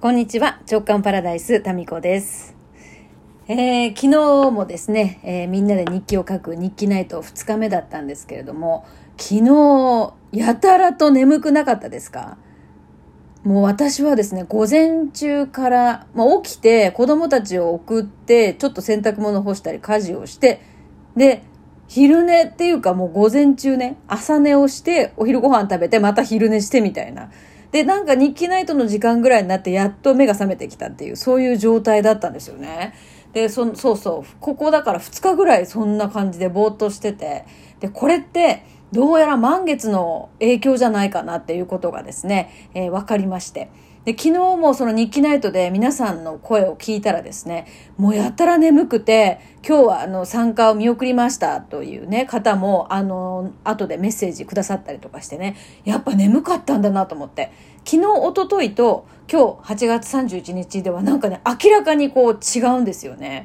こんにちは、直感パラダイスタミコです。昨日もですね、みんなで日記を書く日記ナイト2日目だったんですけれども、昨日やたらと眠くなかったですか？もう私はですね、午前中から、起きて子供たちを送ってちょっと洗濯物干したり家事をして、で昼寝っていうかもう午前中ね、朝寝をしてお昼ご飯食べてまた昼寝してみたいな。でなんか日記ナイトの時間ぐらいになってやっと目が覚めてきたっていう、そういう状態だったんですよね。でそうここだから2日ぐらいそんな感じでぼーっとしてて、でこれってどうやら満月の影響じゃないかなっていうことがですね、分かりまして、で昨日もその日記ナイトで皆さんの声を聞いたらですね、もうやったら眠くて今日は参加を見送りましたというね方も後でメッセージくださったりとかしてね、やっぱ眠かったんだなと思って、昨日一昨日と今日8月31日ではなんかね明らかにこう違うんですよね。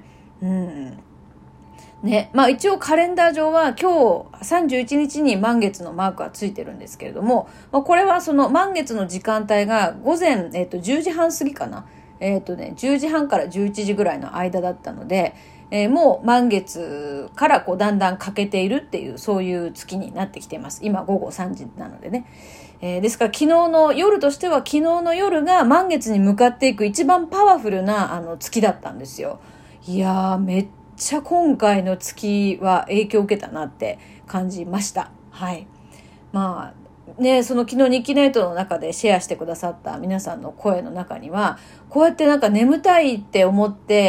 ね、一応カレンダー上は今日31日に満月のマークがついてるんですけれども、これはその満月の時間帯が午前、10時半過ぎかな。10時半から11時ぐらいの間だったので、もう満月からこうだんだん欠けているっていう、そういう月になってきています。今午後3時なのでね。ですから昨日の夜としては、昨日の夜が満月に向かっていく一番パワフルな月だったんですよ。いやー、めっちゃ今回の月は影響を受けたなって感じました。はい。その昨日日記ナイトの中でシェアしてくださった皆さんの声の中には、こうやってなんか眠たいって思って、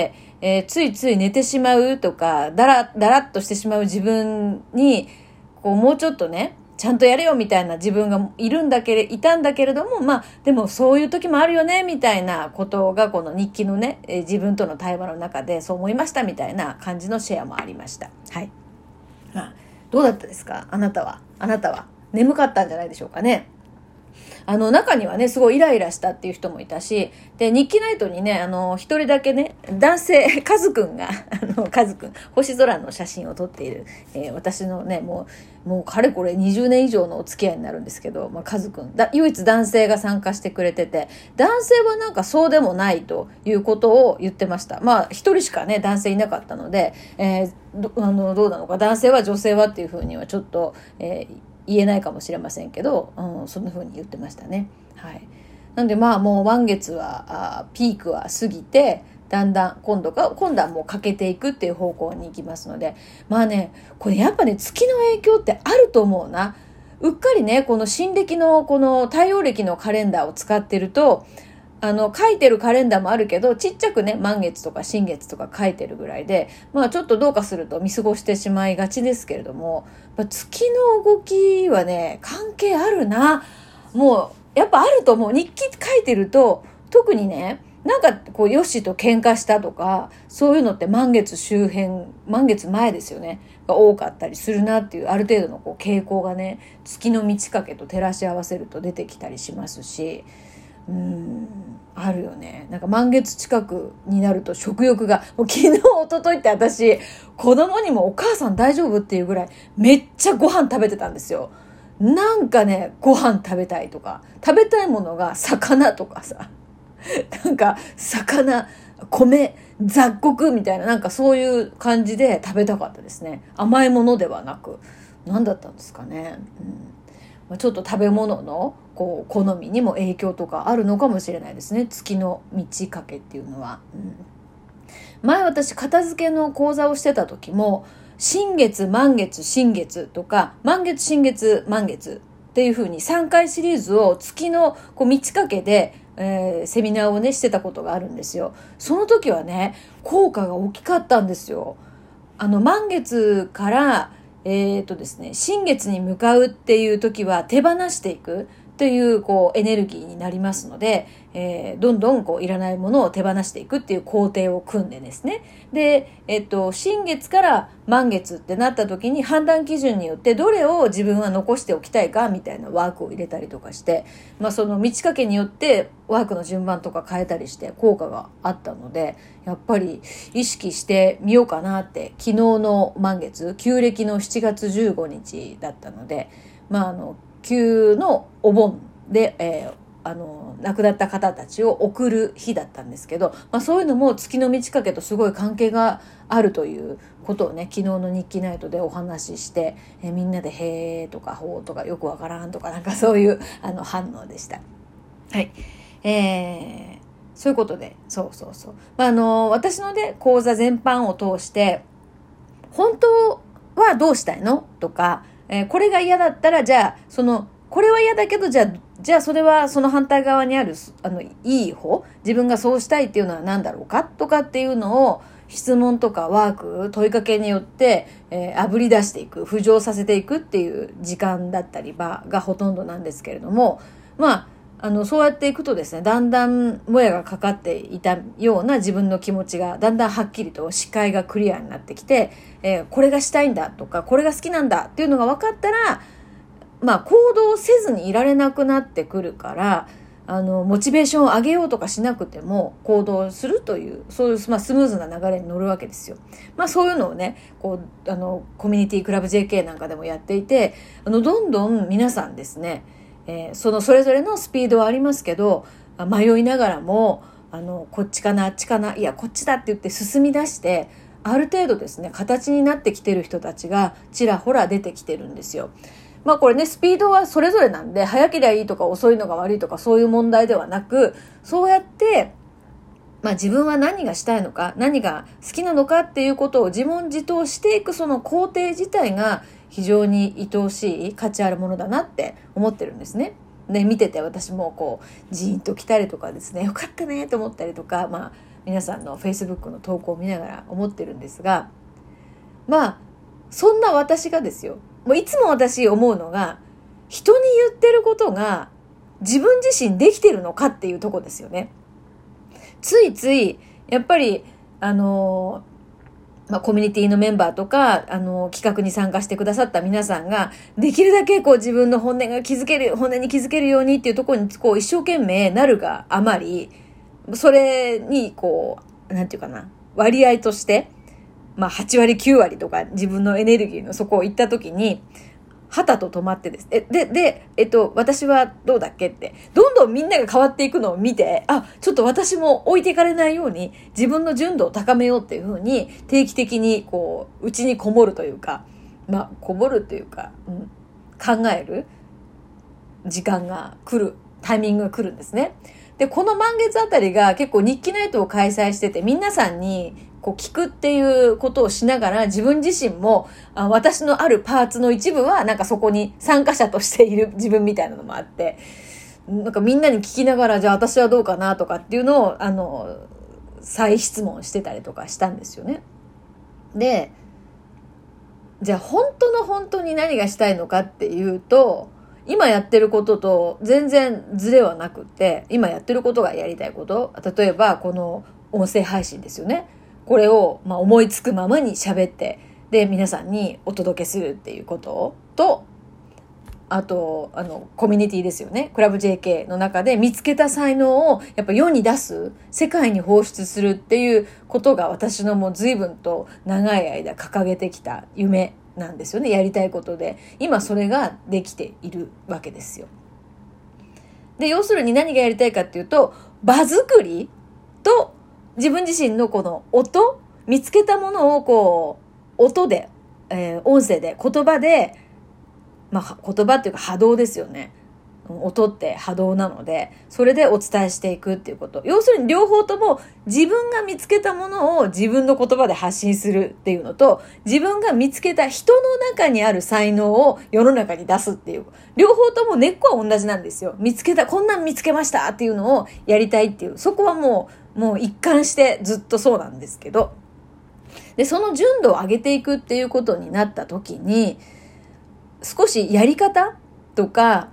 ついつい寝てしまうとか、だらっとしてしまう自分に、こうもうちょっとね、ちゃんとやれよみたいな自分がいたんだけれども、でもそういう時もあるよねみたいなことがこの日記のね、自分との対話の中でそう思いましたみたいな感じのシェアもありました。はい。どうだったですか？あなたは眠かったんじゃないでしょうかね。中にはね、すごいイライラしたっていう人もいたし、で、日記ナイトにね、一人だけね、男性、カズくんが、星空の写真を撮っている、私のね、もうかれこれ20年以上のお付き合いになるんですけど、カズくん、唯一男性が参加してくれてて、男性はなんかそうでもないということを言ってました。一人しかね、男性いなかったので、どうなのか、男性は女性はっていうふうにはちょっと、言えないかもしれませんけど、そんな風に言ってましたね。はい。なんでもう満月はピークは過ぎて、だんだん今度はもう欠けていくっていう方向に行きますので、これやっぱね、月の影響ってあると思うな。うっかりね、この新暦のこの太陽暦のカレンダーを使ってると、書いてるカレンダーもあるけど、ちっちゃくね、満月とか新月とか書いてるぐらいで、ちょっとどうかすると見過ごしてしまいがちですけれども、月の動きはね、関係あるな。もう、やっぱあると思う。日記書いてると、特にね、なんかこう、ヨシと喧嘩したとか、そういうのって満月前ですよね。が多かったりするなっていう、ある程度のこう傾向がね、月の満ち欠けと照らし合わせると出てきたりしますし、あるよね。なんか満月近くになると食欲が、もう昨日一昨日って私子供にもお母さん大丈夫っていうぐらいめっちゃご飯食べてたんですよ。なんかね、ご飯食べたいとか、食べたいものが魚とかさ、なんか魚、米、雑穀みたいな、なんかそういう感じで食べたかったですね。甘いものではなく、何だったんですかね。ちょっと食べ物のこう好みにも影響とかあるのかもしれないですね。月の満ち欠けっていうのは。前私片付けの講座をしてた時も、新月、満月、新月とか、満月、新月、満月っていう風に3回シリーズを月のこう満ち欠けで、セミナーをねしてたことがあるんですよ。その時はね、効果が大きかったんですよ。満月からですね、新月に向かうっていう時は手放していくというこうエネルギーになりますので、どんどんこういらないものを手放していくっていう工程を組んでですね。で、新月から満月ってなった時に判断基準によってどれを自分は残しておきたいかみたいなワークを入れたりとかして、その満ち欠けによってワークの順番とか変えたりして効果があったので、やっぱり意識してみようかなって。昨日の満月、旧暦の7月15日だったので、旧のお盆で、 亡くなった方たちを送る日だったんですけど、そういうのも月の満ち欠けとすごい関係があるということをね、昨日の日記ナイトでお話しして、みんなでへーとかほーとかよくわからんとかなんかそういう反応でした。はい。そういうことで、そう。私のね、講座全般を通して、本当はどうしたいのとか、これが嫌だったら、じゃあ、これは嫌だけど、じゃあそれはその反対側にある、いい方、自分がそうしたいっていうのは何だろうかとかっていうのを、質問とかワーク、問いかけによって、あぶり出していく、浮上させていくっていう時間だったり場がほとんどなんですけれども、そうやっていくとですね、だんだんもやがかかっていたような自分の気持ちがだんだんはっきりと視界がクリアになってきて、これがしたいんだとか、これが好きなんだっていうのが分かったら、行動せずにいられなくなってくるから、モチベーションを上げようとかしなくても行動するという、そういう、スムーズな流れに乗るわけですよ。そういうのをね、コミュニティクラブ JK なんかでもやっていて、どんどん皆さんですね、それぞれのスピードはありますけど、迷いながらも、こっちかな、あっちかな、いや、こっちだって言って進み出して、ある程度ですね、形になってきてる人たちがちらほら出てきてるんですよ。これね、スピードはそれぞれなんで、早ければいいとか遅いのが悪いとかそういう問題ではなく、そうやって、自分は何がしたいのか、何が好きなのかっていうことを自問自答していく、その工程自体が非常に愛おしい価値あるものだなって思ってるんですね。で、見てて私もジーンと来たりとかですね、よかったねと思ったりとか、皆さんの Facebook の投稿を見ながら思ってるんですが、そんな私がですよ、もういつも私思うのが、人に言ってることが自分自身できてるのかっていうとこですよね。ついついやっぱりコミュニティのメンバーとか企画に参加してくださった皆さんができるだけ自分の本音に気づけるようにっていうところに一生懸命なるがあまり、それになんていうかな、割合として8割9割とか自分のエネルギーの底を行った時にはたと止まってです。私はどうだっけって、どんどんみんなが変わっていくのを見て、ちょっと私も置いていかれないように、自分の純度を高めようっていうふうに、定期的に内にこもるというか、こもるというか、考える時間が来る、タイミングが来るんですね。で、この満月あたりが結構日記ナイトを開催してて、皆さんに聞くっていうことをしながら、自分自身も私のあるパーツの一部はなんかそこに参加者としている自分みたいなのもあって、なんかみんなに聞きながら、じゃあ私はどうかなとかっていうのを再質問してたりとかしたんですよね。で、じゃあ本当に何がしたいのかっていうと、今やってることと全然ズレはなくて、今やってることがやりたいこと、例えばこの音声配信ですよね。これを思いつくままに喋って、で皆さんにお届けするっていうことと、あとコミュニティですよね。クラブ JK の中で見つけた才能をやっぱ世に出す、世界に放出するっていうことが私のもう随分と長い間掲げてきた夢なんですよね。やりたいことで今それができているわけですよ。で、要するに何がやりたいかっていうと、場作りと自分自身のこの音、見つけたものを音で、音声で、言葉で、言葉っていうか波動ですよね。音って波動なので、それでお伝えしていくっていうこと。要するに両方とも自分が見つけたものを自分の言葉で発信するっていうのと、自分が見つけた人の中にある才能を世の中に出すっていう。両方とも根っこは同じなんですよ。こんなん見つけましたっていうのをやりたいっていう。そこはもう一貫してずっとそうなんですけど。で、その純度を上げていくっていうことになった時に、少しやり方とか、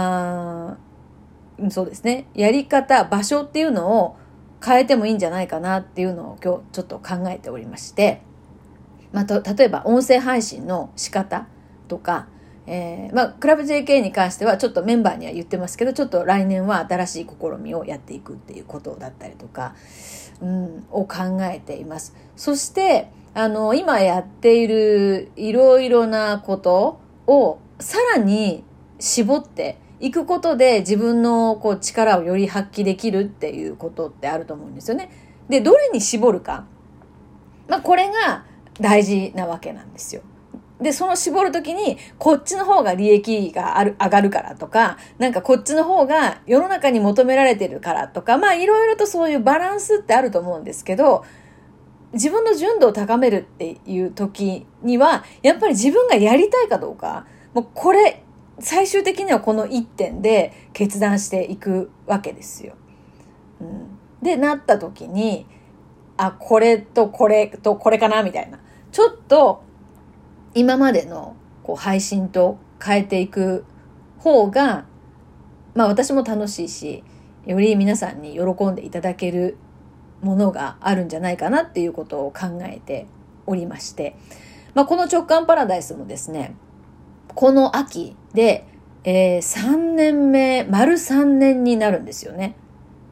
そうですね。やり方、場所っていうのを変えてもいいんじゃないかなっていうのを今日ちょっと考えておりまして、例えば音声配信の仕方とか、クラブ JK に関してはちょっとメンバーには言ってますけど、ちょっと来年は新しい試みをやっていくっていうことだったりとか、を考えています。そして、今やっているいろいろなことをさらに絞って行くことで自分のこう力をより発揮できるっていうことってあると思うんですよね。で、どれに絞るか。これが大事なわけなんですよ。で、その絞るときに、こっちの方が利益が上がるからとか、なんかこっちの方が世の中に求められてるからとか、いろいろとそういうバランスってあると思うんですけど、自分の純度を高めるっていう時には、やっぱり自分がやりたいかどうか、もうこれ、最終的にはこの一点で決断していくわけですよ。で、なった時に、これとこれとこれかなみたいな。ちょっと、今までのこう配信と変えていく方が、私も楽しいし、より皆さんに喜んでいただけるものがあるんじゃないかなっていうことを考えておりまして、この直感パラダイスもですね、この秋で、3年目、丸3年になるんですよね。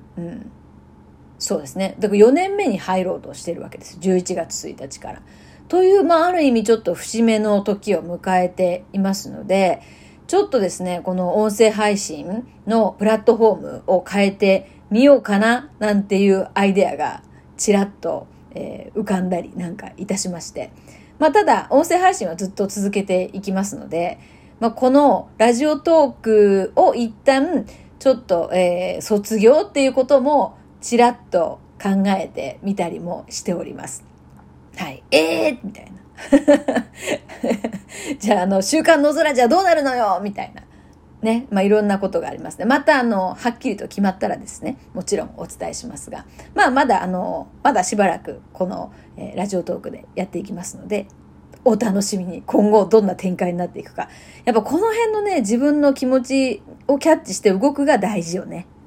そうですね。だから4年目に入ろうとしてるわけです。11月1日から。という、ある意味ちょっと節目の時を迎えていますので、ちょっとですね、この音声配信のプラットフォームを変えてみようかな、なんていうアイデアがちらっと、浮かんだりなんかいたしまして。ただ、音声配信はずっと続けていきますので、このラジオトークを一旦、ちょっと、卒業っていうこともちらっと考えてみたりもしております。はい。みたいな。じゃあ、週刊野空じゃどうなるのよみたいな。ね。いろんなことがありますね。また、はっきりと決まったらですね、もちろんお伝えしますが、まだしばらく、この、ラジオトークでやっていきますので、お楽しみに。今後どんな展開になっていくか。やっぱこの辺のね、自分の気持ちをキャッチして動くが大事よね。